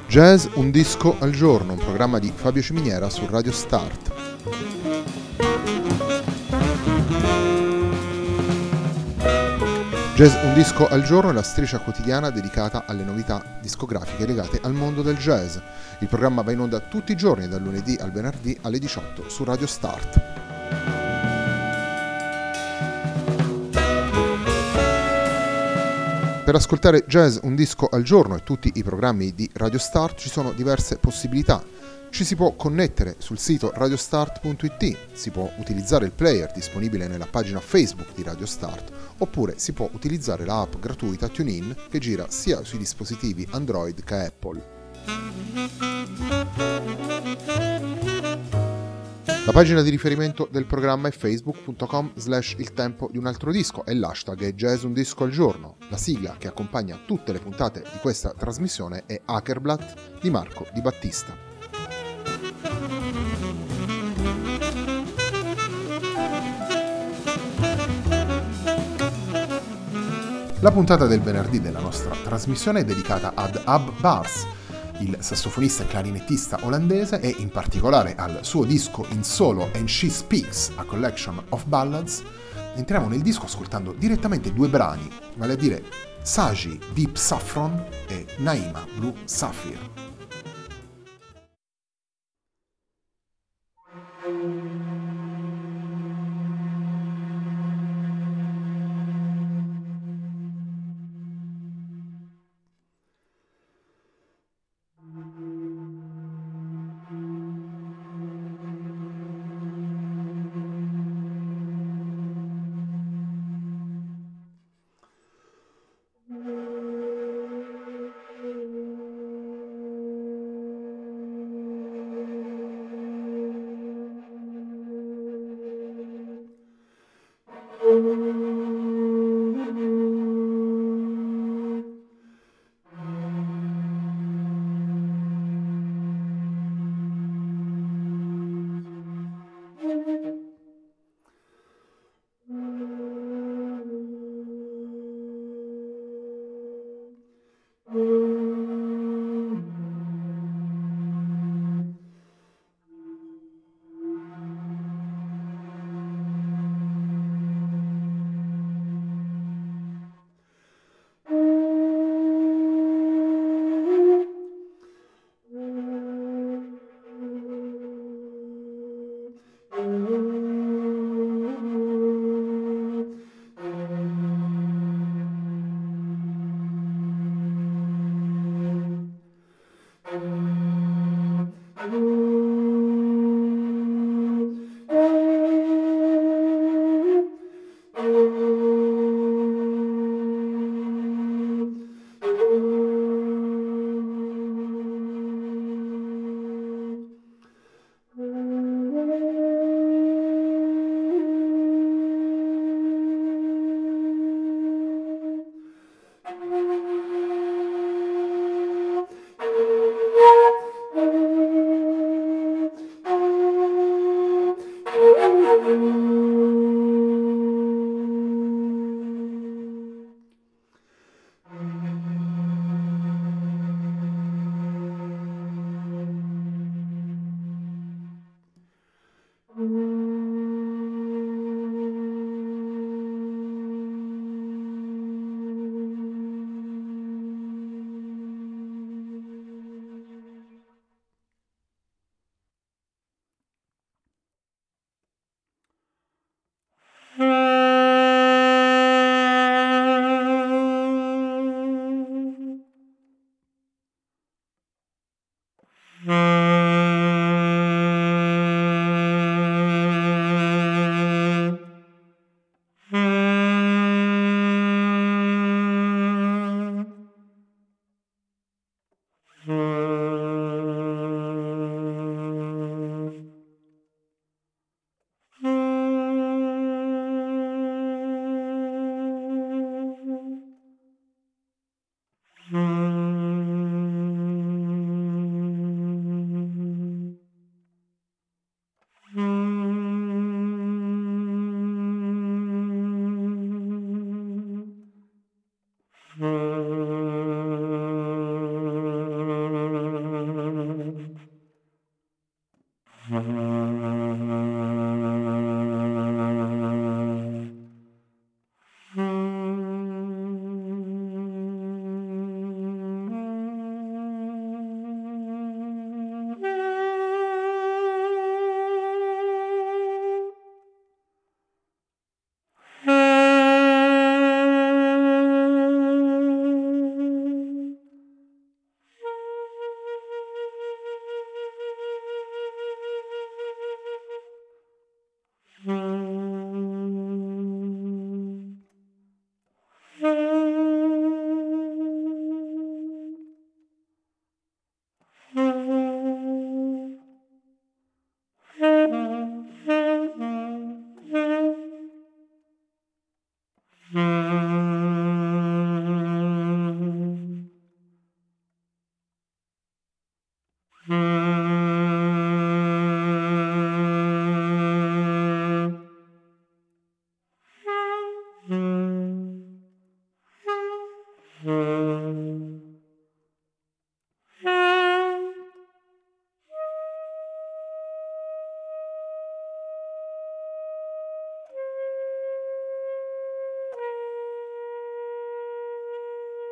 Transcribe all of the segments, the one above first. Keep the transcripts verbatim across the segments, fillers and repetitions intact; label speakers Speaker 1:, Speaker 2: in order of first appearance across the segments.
Speaker 1: Jazz Un Disco al Giorno, un programma di Fabio Ciminiera su Radio Start. Jazz Un Disco al Giorno è la striscia quotidiana dedicata alle novità discografiche legate al mondo del jazz. Il programma va in onda tutti i giorni, dal lunedì al venerdì alle diciotto su Radio Start. Per ascoltare Jazz Un Disco al Giorno e tutti i programmi di Radio Start ci sono diverse possibilità. Ci si può connettere sul sito radiostart punto it, si può utilizzare il player disponibile nella pagina Facebook di Radio Start, oppure si può utilizzare la app gratuita TuneIn che gira sia sui dispositivi Android che Apple. La pagina di riferimento del programma è facebook punto com slash il tempo di un altro disco e l'hashtag è Jazz Un Disco al Giorno. La sigla che accompagna tutte le puntate di questa trasmissione è Hackerblatt di Marco Di Battista. La puntata del venerdì della nostra trasmissione è dedicata ad Ab Bars, il sassofonista e clarinettista olandese, e in particolare al suo disco in solo And She Speaks, a Collection of Ballads. Entriamo nel disco ascoltando direttamente due brani, vale a dire Saji Deep Saffron e Naima Blue Sapphire.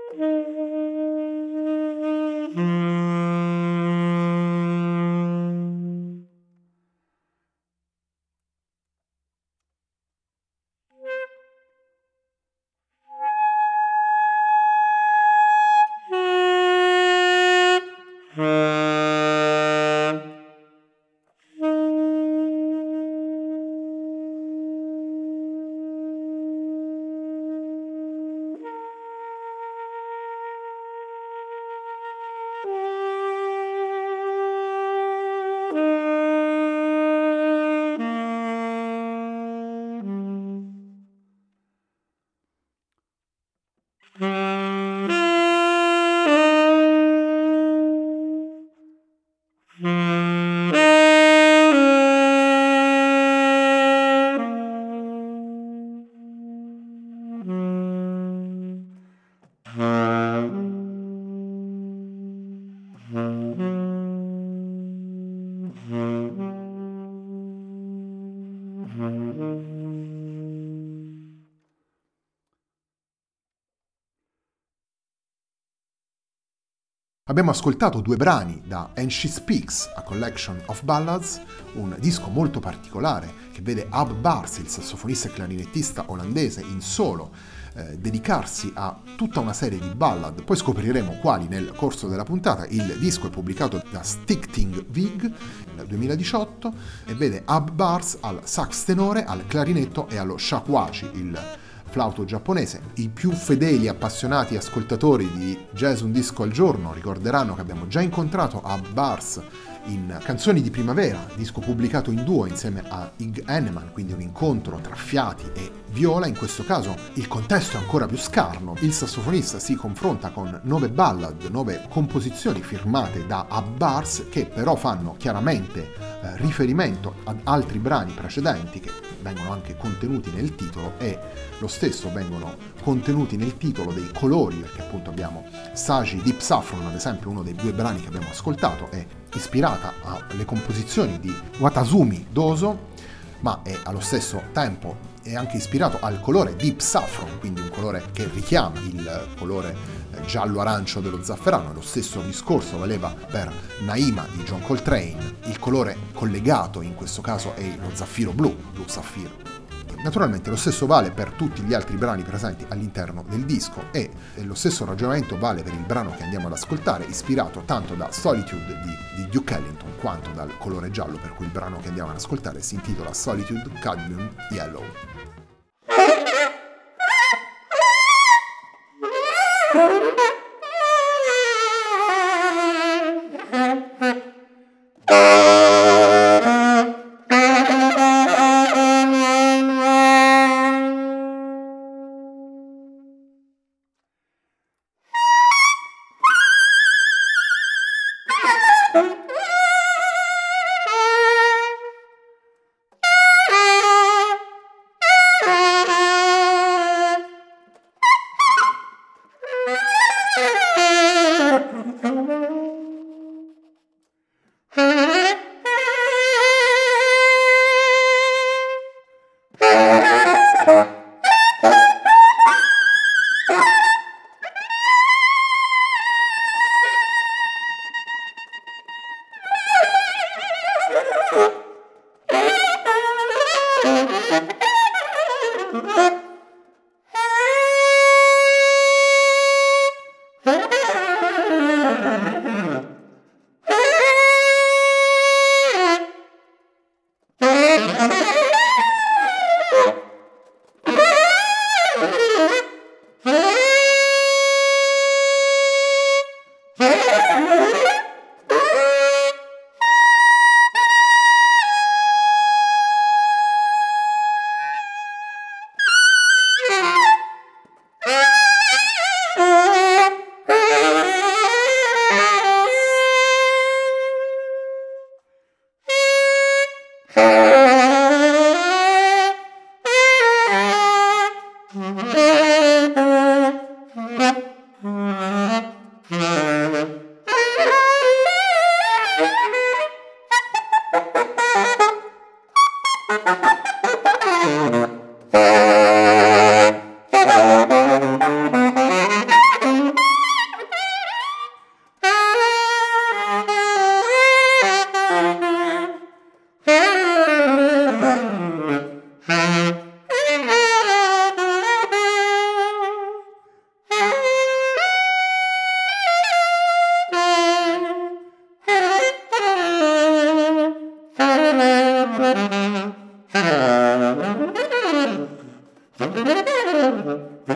Speaker 1: Abbiamo ascoltato due brani da And She Speaks, A Collection of Ballads, un disco molto particolare che vede Ab Bars, il sassofonista e clarinettista olandese, in solo eh, dedicarsi a tutta una serie di ballad. Poi scopriremo quali nel corso della puntata. Il disco è pubblicato da Stichting Vig nel duemiladiciotto e vede Ab Bars al sax tenore, al clarinetto e allo shakuhachi, il flauto giapponese. I più fedeli appassionati ascoltatori di Jazz Un Disco al Giorno ricorderanno che abbiamo già incontrato Ab Bars in Canzoni di Primavera, disco pubblicato in duo insieme a Ig Henneman, quindi un incontro tra fiati e viola. In questo caso il contesto è ancora più scarno. Il sassofonista si confronta con nove ballad, nove composizioni firmate da Ab Bars, che però fanno chiaramente eh, riferimento ad altri brani precedenti che vengono anche contenuti nel titolo, e lo stesso vengono contenuti nel titolo dei colori, perché appunto abbiamo Sagi Deep Saffron, ad esempio uno dei due brani che abbiamo ascoltato è ispirata alle composizioni di Watasumi Doso, ma è allo stesso tempo è anche ispirato al colore Deep Saffron, quindi un colore che richiama il colore giallo-arancio dello zafferano. Lo stesso discorso valeva per Naima di John Coltrane, il colore collegato in questo caso è lo zaffiro blu, blu saffiro. Naturalmente lo stesso vale per tutti gli altri brani presenti all'interno del disco, e lo stesso ragionamento vale per il brano che andiamo ad ascoltare, ispirato tanto da Solitude di, di Duke Ellington quanto dal colore giallo, per cui il brano che andiamo ad ascoltare si intitola Solitude Cadmium Yellow.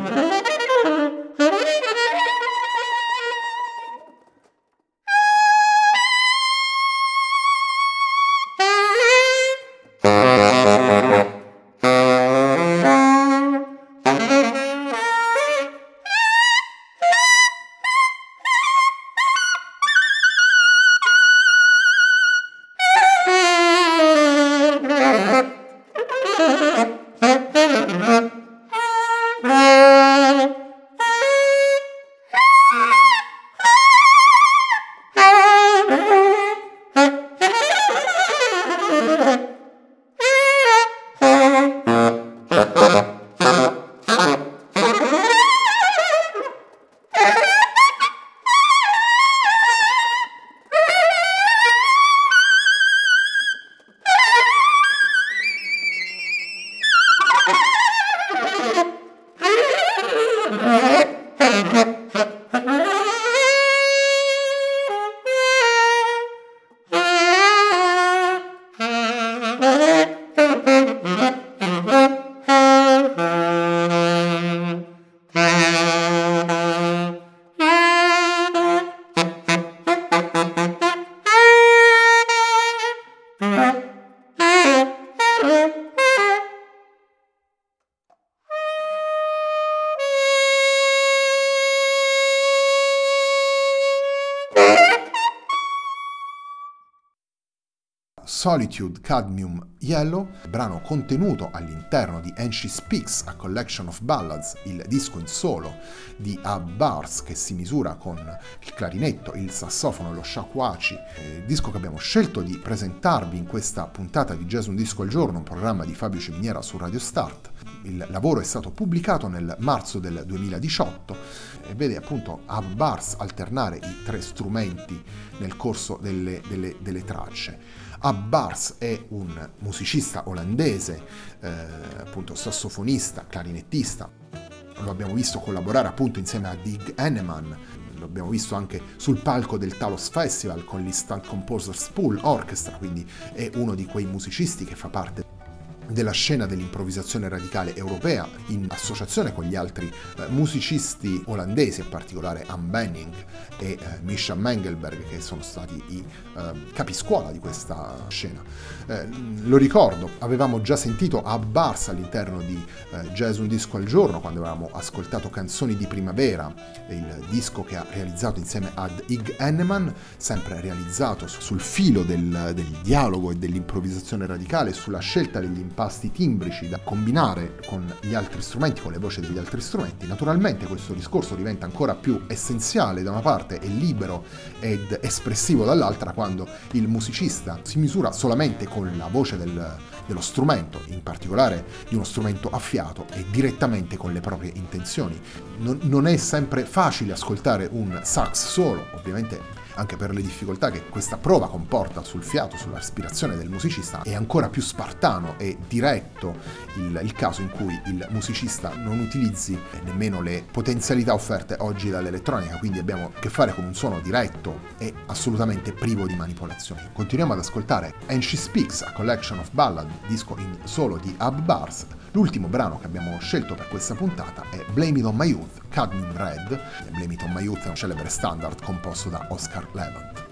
Speaker 1: Solitude Cadmium Yellow, brano contenuto all'interno di And She Speaks, A Collection of Ballads, il disco in solo di Ab Bars che si misura con il clarinetto, il sassofono e lo shakuhachi, il disco che abbiamo scelto di presentarvi in questa puntata di Jazz Un Disco al Giorno, un programma di Fabio Ciminiera su Radio Start. Il lavoro è stato pubblicato nel marzo del duemiladiciotto e vede appunto Ab Bars alternare i tre strumenti nel corso delle, delle, delle tracce. Ab Bars è un musicista olandese, eh, appunto sassofonista, clarinettista. Lo abbiamo visto collaborare appunto insieme a Dig Henneman, lo abbiamo visto anche sul palco del Talos Festival con l'Instant Composers Pool Orchestra, quindi è uno di quei musicisti che fa parte della scena dell'improvvisazione radicale europea in associazione con gli altri eh, musicisti olandesi, in particolare Anne Benning e eh, Misha Mengelberg, che sono stati i eh, capiscuola di questa scena. Eh, lo ricordo, avevamo già sentito Ab Bars all'interno di eh, Jazz Un Disco al Giorno, quando avevamo ascoltato Canzoni di Primavera, il disco che ha realizzato insieme ad Ig Henneman, sempre realizzato sul filo del, del dialogo e dell'improvvisazione radicale, sulla scelta degli impasti timbrici da combinare con gli altri strumenti, con le voci degli altri strumenti. Naturalmente questo discorso diventa ancora più essenziale da una parte e libero ed espressivo dall'altra quando il musicista si misura solamente con la voce del, dello strumento, in particolare di uno strumento a fiato, e direttamente con le proprie intenzioni. Non, non è sempre facile ascoltare un sax solo, ovviamente anche per le difficoltà che questa prova comporta sul fiato, sulla respirazione del musicista. È ancora più spartano e diretto il, il caso in cui il musicista non utilizzi nemmeno le potenzialità offerte oggi dall'elettronica, quindi abbiamo a che fare con un suono diretto e assolutamente privo di manipolazioni. Continuiamo ad ascoltare And She Speaks, A Collection of Ballad, disco in solo di Ab Bars. L'ultimo brano che abbiamo scelto per questa puntata è Blame It On My Youth, Cadmium Red. Blame It On My Youth è un celebre standard composto da Oscar Levant.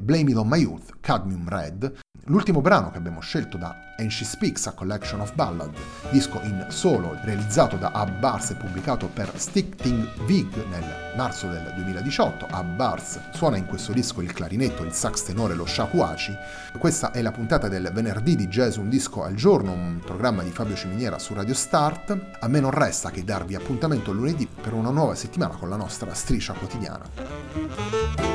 Speaker 1: Blame It On My Youth, Cadmium Red, l'ultimo brano che abbiamo scelto da And She Speaks, A Collection of Ballad, disco in solo realizzato da Ab Bars e pubblicato per Stichting Vig nel marzo del duemiladiciotto. Ab Bars suona in questo disco il clarinetto, il sax tenore, lo shakuhachi. Questa è la puntata del venerdì di Jazz Un Disco al Giorno, un programma di Fabio Ciminiera su Radio Start. A me non resta che darvi appuntamento lunedì per una nuova settimana con la nostra striscia quotidiana.